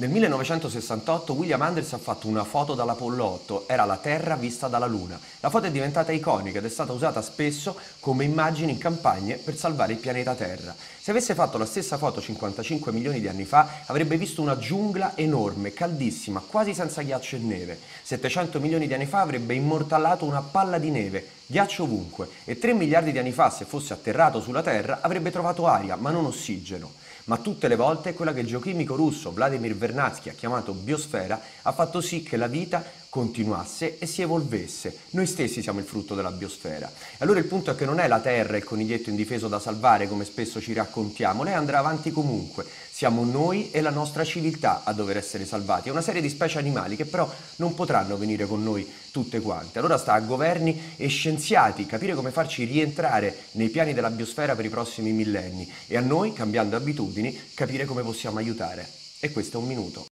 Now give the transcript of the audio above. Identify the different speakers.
Speaker 1: Nel 1968 William Anders ha fatto una foto dall'Apollo 8, era la Terra vista dalla Luna. La foto è diventata iconica ed è stata usata spesso come immagine in campagne per salvare il pianeta Terra. Se avesse fatto la stessa foto 55 milioni di anni fa, avrebbe visto una giungla enorme, caldissima, quasi senza ghiaccio e neve. 700 milioni di anni fa avrebbe immortalato una palla di neve, ghiaccio ovunque, e 3 miliardi di anni fa, se fosse atterrato sulla Terra, avrebbe trovato aria, ma non ossigeno. Ma tutte le volte quella che il geochimico russo Vladimir Vernadsky ha chiamato biosfera ha fatto sì che la vita continuasse e si evolvesse. Noi stessi siamo il frutto della biosfera. E allora il punto è che non è la Terra il coniglietto indifeso da salvare, come spesso ci raccontiamo, lei andrà avanti comunque. Siamo noi e la nostra civiltà a dover essere salvati. È una serie di specie animali che però non potranno venire con noi tutte quante. Allora sta a governi e scienziati capire come farci rientrare nei piani della biosfera per i prossimi millenni e a noi, cambiando abitudini, capire come possiamo aiutare. E questo è un minuto.